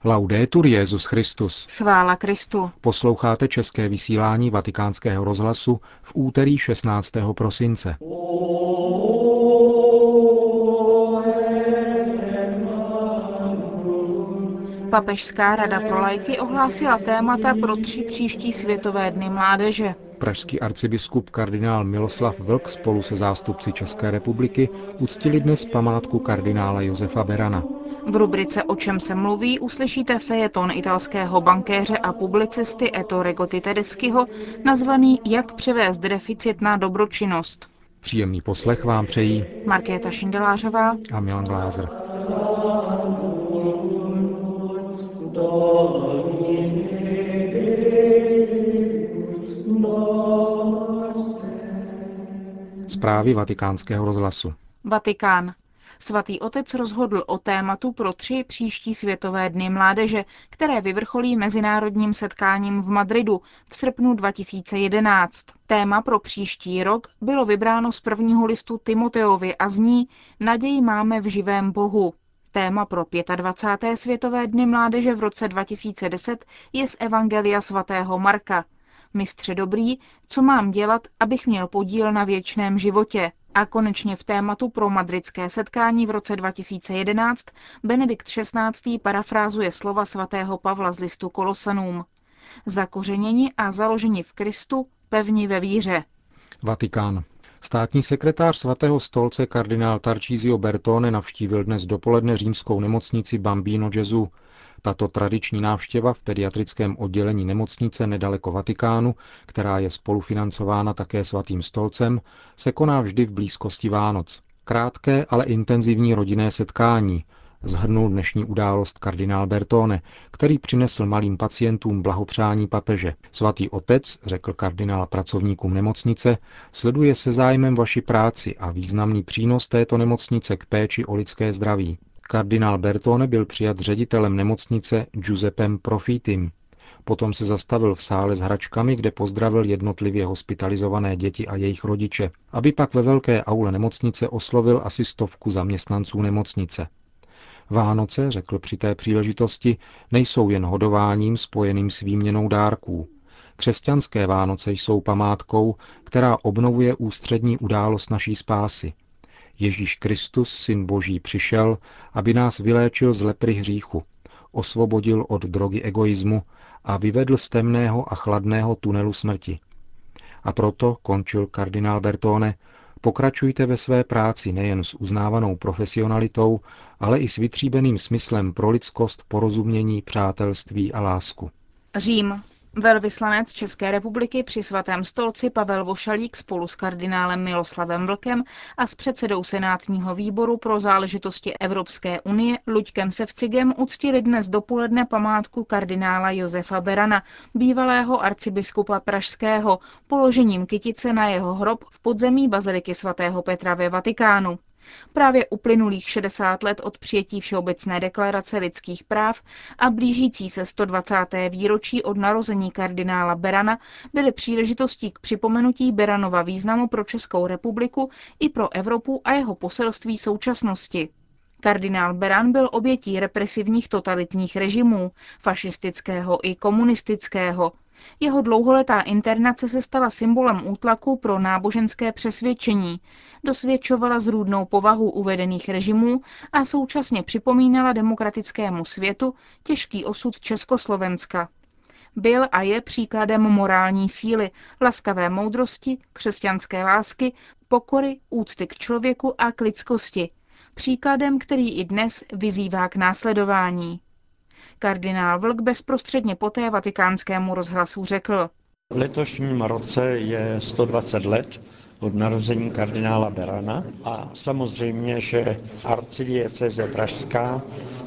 Laudetur Jesus Christus. Chvála Kristu. Posloucháte české vysílání Vatikánského rozhlasu v úterý 16. prosince. Papežská rada pro laiky ohlásila témata pro 3 příští světové dny mládeže. Pražský arcibiskup kardinál Miloslav Vlk spolu se zástupci České republiky uctili dnes památku kardinála Josefa Berana. V rubrice O čem se mluví uslyšíte fejeton italského bankéře a publicisty Ettore Gotti-Tedeschiho nazvaný Jak převést deficit na dobročinnost. Příjemný poslech vám přejí Markéta Šindelářová a Milan Glázer. Zprávy Vatikánského rozhlasu. Vatikán. Svatý otec rozhodl o tématu pro 3 příští světové dny mládeže, které vyvrcholí mezinárodním setkáním v Madridu v srpnu 2011. Téma pro příští rok bylo vybráno z prvního listu Timoteovi a zní Naději máme v živém Bohu. Téma pro 25. světové dny mládeže v roce 2010 je z Evangelia svatého Marka. Mistře dobrý, co mám dělat, abych měl podíl na věčném životě? A konečně v tématu pro madridské setkání v roce 2011 Benedikt XVI. Parafrázuje slova svatého Pavla z listu Kolosanům. Zakořeněni a založeni v Kristu, pevni ve víře. Vatikán. Státní sekretář svatého stolce kardinál Tarcísio Bertone navštívil dnes dopoledne římskou nemocnici Bambino Gesù. Tato tradiční návštěva v pediatrickém oddělení nemocnice nedaleko Vatikánu, která je spolufinancována také svatým stolcem, se koná vždy v blízkosti Vánoc. Krátké, ale intenzivní rodinné setkání, shrnul dnešní událost kardinál Bertone, který přinesl malým pacientům blahopřání papeže. Svatý otec, řekl kardinál pracovníkům nemocnice, sleduje se zájmem vaši práci a významný přínos této nemocnice k péči o lidské zdraví. Kardinál Bertone byl přijat ředitelem nemocnice Giuseppem Profitim. Potom se zastavil v sále s hračkami, kde pozdravil jednotlivě hospitalizované děti a jejich rodiče, aby pak ve velké aule nemocnice oslovil asi 100 zaměstnanců nemocnice. Vánoce, řekl při té příležitosti, nejsou jen hodováním spojeným s výměnou dárků. Křesťanské Vánoce jsou památkou, která obnovuje ústřední událost naší spásy. Ježíš Kristus, Syn Boží, přišel, aby nás vyléčil z lepry hříchu, osvobodil od drogy egoismu a vyvedl z temného a chladného tunelu smrti. A proto, končil kardinál Bertone, pokračujte ve své práci nejen s uznávanou profesionalitou, ale i s vytříbeným smyslem pro lidskost, porozumění, přátelství a lásku. Řím. Velvyslanec České republiky při svatém stolci Pavel Vošalík spolu s kardinálem Miloslavem Vlkem a s předsedou senátního výboru pro záležitosti Evropské unie Luďkem Sevcigem uctili dnes dopoledne památku kardinála Josefa Berana, bývalého arcibiskupa pražského, položením kytice na jeho hrob v podzemí baziliky svatého Petra ve Vatikánu. Právě uplynulých 60 let od přijetí Všeobecné deklarace lidských práv a blížící se 120. výročí od narození kardinála Berana byly příležitostí k připomenutí Beranova významu pro Českou republiku i pro Evropu a jeho poselství současnosti. Kardinál Beran byl obětí represivních totalitních režimů, fašistického i komunistického. Jeho dlouholetá internace se stala symbolem útlaku pro náboženské přesvědčení, dosvědčovala zrůdnou povahu uvedených režimů a současně připomínala demokratickému světu těžký osud Československa. Byl a je příkladem morální síly, laskavé moudrosti, křesťanské lásky, pokory, úcty k člověku a k lidskosti. Příkladem, který i dnes vyzývá k následování. Kardinál Vlk bezprostředně poté Vatikánskému rozhlasu řekl: V letošním roce je 120 let od narození kardinála Berana a samozřejmě, že arcidiecéze pražská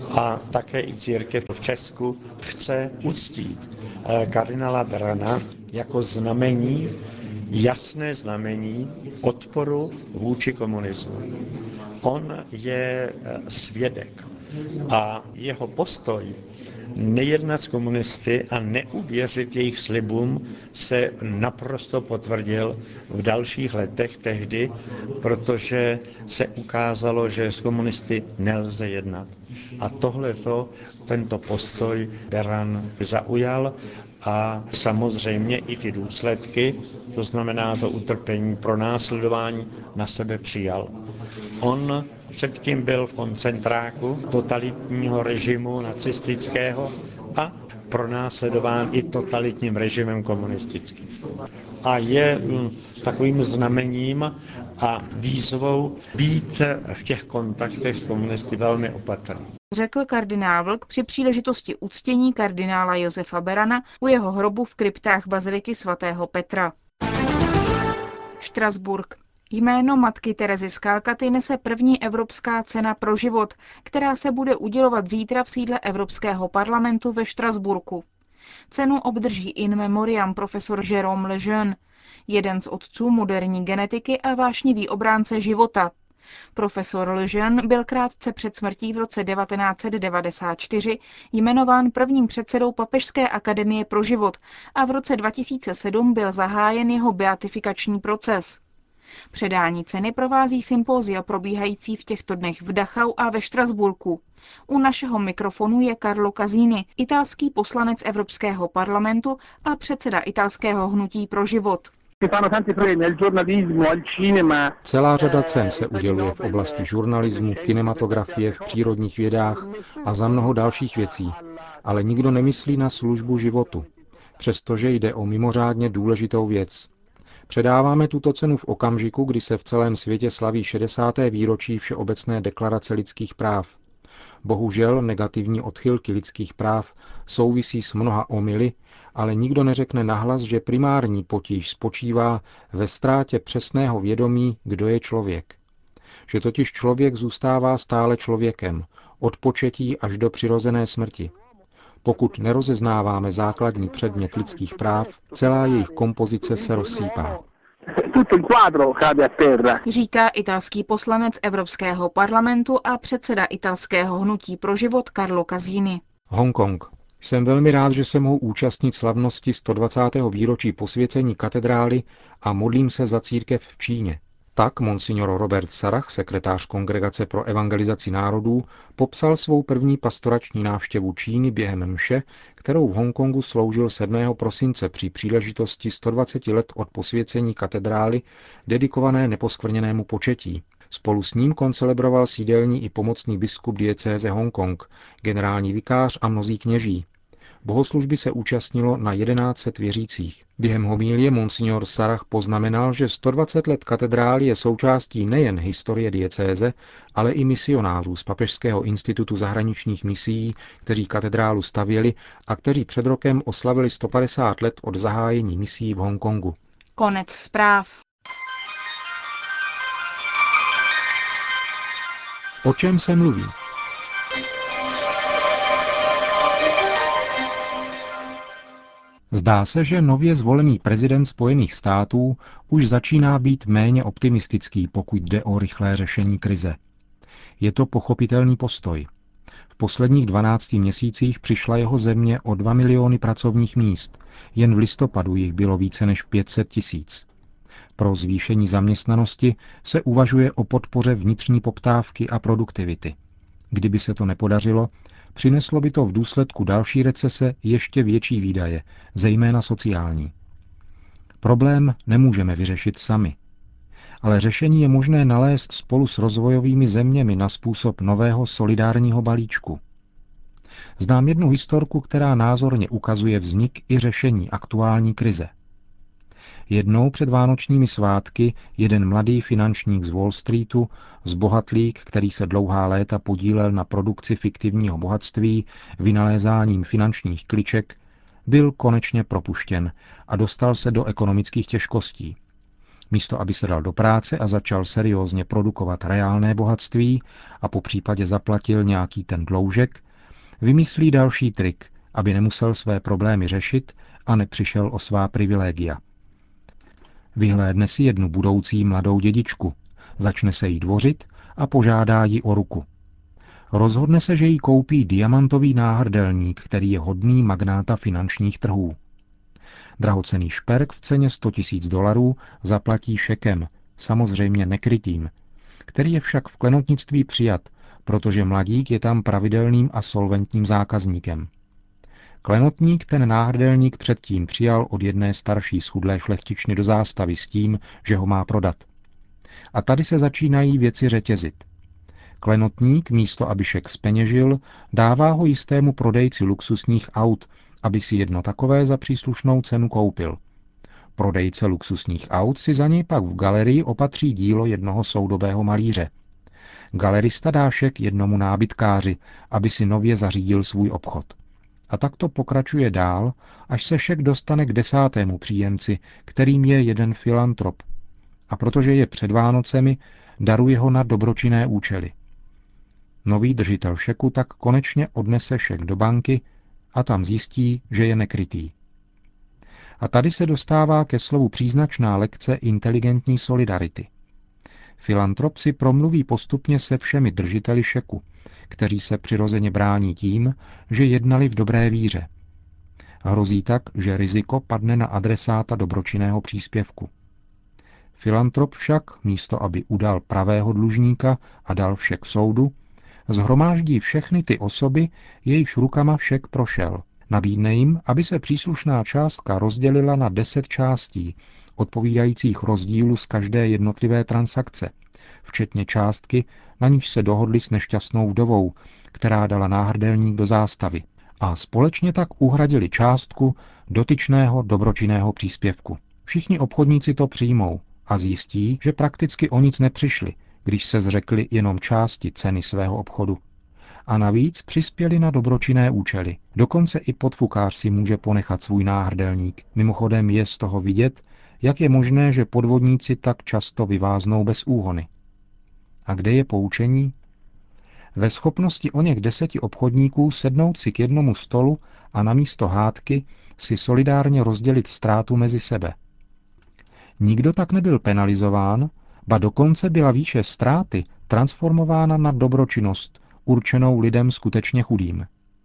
a také i církev v Česku chce uctít kardinála Berana jako znamení, jasné znamení odporu vůči komunismu. On je svědek a jeho postoj nejednat s komunisty a neuvěřit jejich slibům se naprosto potvrdil v dalších letech tehdy, protože se ukázalo, že s komunisty nelze jednat. A tento postoj Beran zaujal a samozřejmě i ty důsledky, to znamená to utrpení, pronásledování, na sebe přijal. On předtím byl v koncentráku totalitního režimu nacistického a pronásledován i totalitním režimem komunistickým. A je takovým znamením a výzvou být v těch kontaktech s komunisty velmi opatrný. Řekl kardinál Vlk při příležitosti uctění kardinála Josefa Berana u jeho hrobu v kryptách baziliky svatého Petra. Štrasburk. Jméno matky Terezy z Kalkaty nese první Evropská cena pro život, která se bude udělovat zítra v sídle Evropského parlamentu ve Štrasburku. Cenu obdrží in memoriam profesor Jérôme Lejeune, jeden z otců moderní genetiky a vášnivý obránce života. Profesor Lejeune byl krátce před smrtí v roce 1994 jmenován prvním předsedou Papežské akademie pro život a v roce 2007 byl zahájen jeho beatifikační proces. Předání ceny provází sympózia probíhající v těchto dnech v Dachau a ve Štrasburku. U našeho mikrofonu je Carlo Casini, italský poslanec Evropského parlamentu a předseda italského hnutí pro život. Celá řada cen se uděluje v oblasti žurnalismu, kinematografie, v přírodních vědách a za mnoho dalších věcí, ale nikdo nemyslí na službu životu, přestože jde o mimořádně důležitou věc. Předáváme tuto cenu v okamžiku, kdy se v celém světě slaví 60. výročí Všeobecné deklarace lidských práv. Bohužel negativní odchylky lidských práv souvisí s mnoha omyly, ale nikdo neřekne nahlas, že primární potíž spočívá ve ztrátě přesného vědomí, kdo je člověk. Že totiž člověk zůstává stále člověkem, od početí až do přirozené smrti. Pokud nerozeznáváme základní předmět lidských práv, celá jejich kompozice se rozsýpá. Říká italský poslanec Evropského parlamentu a předseda italského hnutí pro život Carlo Casini. Hongkong. Jsem velmi rád, že se mohu účastnit slavnosti 120. výročí posvěcení katedrály a modlím se za církev v Číně. Tak monsignor Robert Sarach, sekretář Kongregace pro evangelizaci národů, popsal svou první pastorační návštěvu Číny během mše, kterou v Hongkongu sloužil 7. prosince při příležitosti 120 let od posvěcení katedrály dedikované neposkvrněnému početí. Spolu s ním koncelebroval sídelní i pomocný biskup diecéze Hongkong, generální vikář a mnozí kněží. Bohoslužby se účastnilo na 1100 věřících. Během homilie monsignor Sarach poznamenal, že 120 let katedrály je součástí nejen historie diecéze, ale i misionářů z Papežského institutu zahraničních misií, kteří katedrálu stavěli a kteří před rokem oslavili 150 let od zahájení misií v Hongkongu. Konec zpráv. O čem se mluví? Zdá se, že nově zvolený prezident Spojených států už začíná být méně optimistický, pokud jde o rychlé řešení krize. Je to pochopitelný postoj. V posledních 12 měsících přišla jeho země o 2 miliony pracovních míst. Jen v listopadu jich bylo více než 500 000. Pro zvýšení zaměstnanosti se uvažuje o podpoře vnitřní poptávky a produktivity. Kdyby se to nepodařilo, přineslo by to v důsledku další recese ještě větší výdaje, zejména sociální. Problém nemůžeme vyřešit sami. Ale řešení je možné nalézt spolu s rozvojovými zeměmi na způsob nového solidárního balíčku. Znám jednu historku, která názorně ukazuje vznik i řešení aktuální krize. Jednou před vánočními svátky jeden mladý finančník z Wall Streetu, zbohatlík, který se dlouhá léta podílel na produkci fiktivního bohatství, vynalézáním finančních kliček, byl konečně propuštěn a dostal se do ekonomických těžkostí. Místo aby se dal do práce a začal seriózně produkovat reálné bohatství a po případě zaplatil nějaký ten dloužek, vymyslí další trik, aby nemusel své problémy řešit a nepřišel o svá privilegia. Vyhlédne si jednu budoucí mladou dědičku, začne se jí dvořit a požádá ji o ruku. Rozhodne se, že jí koupí diamantový náhrdelník, který je hodný magnáta finančních trhů. Drahocenný šperk v ceně $100 000 zaplatí šekem, samozřejmě nekrytým, který je však v klenotnictví přijat, protože mladík je tam pravidelným a solventním zákazníkem. Klenotník ten náhrdelník předtím přijal od jedné starší schudlé šlechtičny do zástavy s tím, že ho má prodat. A tady se začínají věci řetězit. Klenotník, místo aby šek zpeněžil, dává ho jistému prodejci luxusních aut, aby si jedno takové za příslušnou cenu koupil. Prodejce luxusních aut si za něj pak v galerii opatří dílo jednoho soudobého malíře. Galerista dá šek jednomu nábytkáři, aby si nově zařídil svůj obchod. A tak to pokračuje dál, až se šek dostane k 10. příjemci, kterým je jeden filantrop. A protože je před Vánocemi, daruje ho na dobročinné účely. Nový držitel šeku tak konečně odnese šek do banky a tam zjistí, že je nekrytý. A tady se dostává ke slovu příznačná lekce inteligentní solidarity. Filantrop si promluví postupně se všemi držiteli šeku, kteří se přirozeně brání tím, že jednali v dobré víře. Hrozí tak, že riziko padne na adresáta dobročinného příspěvku. Filantrop však, místo aby udal pravého dlužníka a dal všek soudu, shromáždí všechny ty osoby, jejichž rukama všek prošel. Nabídne jim, aby se příslušná částka rozdělila na 10 částí, odpovídajících rozdílu z každé jednotlivé transakce, včetně částky, na níž se dohodli s nešťastnou vdovou, která dala náhrdelník do zástavy, a společně tak uhradili částku dotyčného dobročinného příspěvku. Všichni obchodníci to přijmou a zjistí, že prakticky o nic nepřišli, když se zřekli jenom části ceny svého obchodu. A navíc přispěli na dobročinné účely. Dokonce i podfukář si může ponechat svůj náhrdelník. Mimochodem je z toho vidět, jak je možné, že podvodníci tak často vyváznou bez úhony. A kde je poučení? Ve schopnosti oněch 10 obchodníků sednout si k jednomu stolu a namísto hádky si solidárně rozdělit ztrátu mezi sebe. Nikdo tak nebyl penalizován, ba dokonce byla výše ztráty transformována na dobročinnost, určenou lidem skutečně chudým.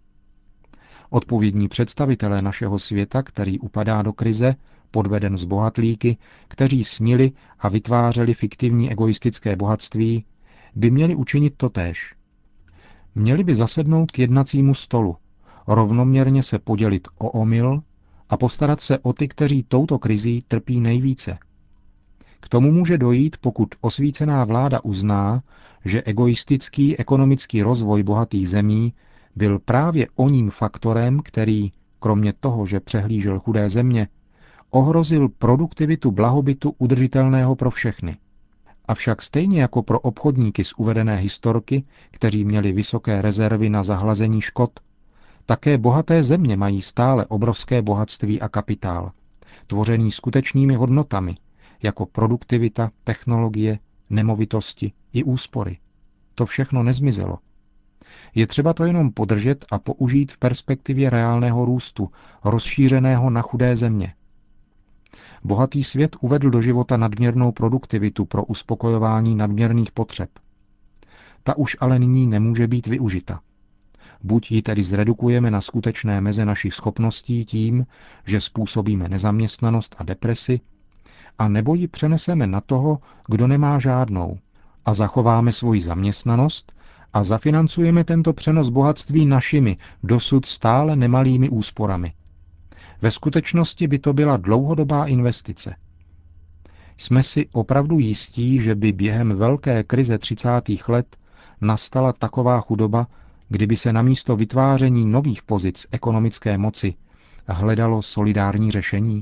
Odpovědní představitelé našeho světa, který upadá do krize, podveden zbohatlíky, kteří snili a vytvářeli fiktivní egoistické bohatství, by měli učinit totéž. Měli by zasednout k jednacímu stolu, rovnoměrně se podělit o omyl a postarat se o ty, kteří touto krizí trpí nejvíce. K tomu může dojít, pokud osvícená vláda uzná, že egoistický ekonomický rozvoj bohatých zemí byl právě oním faktorem, který, kromě toho, že přehlížel chudé země, ohrozil produktivitu blahobytu udržitelného pro všechny. Avšak stejně jako pro obchodníky z uvedené historky, kteří měli vysoké rezervy na zahlazení škod, také bohaté země mají stále obrovské bohatství a kapitál, tvořený skutečnými hodnotami, jako produktivita, technologie, nemovitosti i úspory. To všechno nezmizelo. Je třeba to jenom podržet a použít v perspektivě reálného růstu, rozšířeného na chudé země. Bohatý svět uvedl do života nadměrnou produktivitu pro uspokojování nadměrných potřeb. Ta už ale nyní nemůže být využita. Buď ji tedy zredukujeme na skutečné meze našich schopností tím, že způsobíme nezaměstnanost a depresi, a nebo ji přeneseme na toho, kdo nemá žádnou, a zachováme svoji zaměstnanost a zafinancujeme tento přenos bohatství našimi, dosud stále nemalými úsporami. Ve skutečnosti by to byla dlouhodobá investice. Jsme si opravdu jistí, že by během velké krize 30. let nastala taková chudoba, kdyby se namísto vytváření nových pozic ekonomické moci hledalo solidární řešení?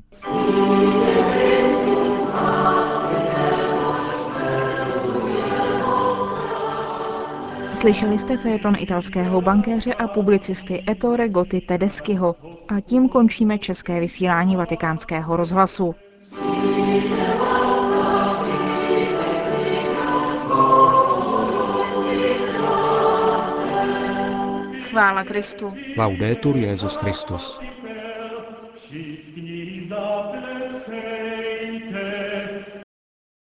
Slyšeli jste fejeton italského bankéře a publicisty Ettore Gotti Tedeschiho a tím končíme české vysílání Vatikánského rozhlasu. Chvála Kristu. Laudetur Jesus Christus.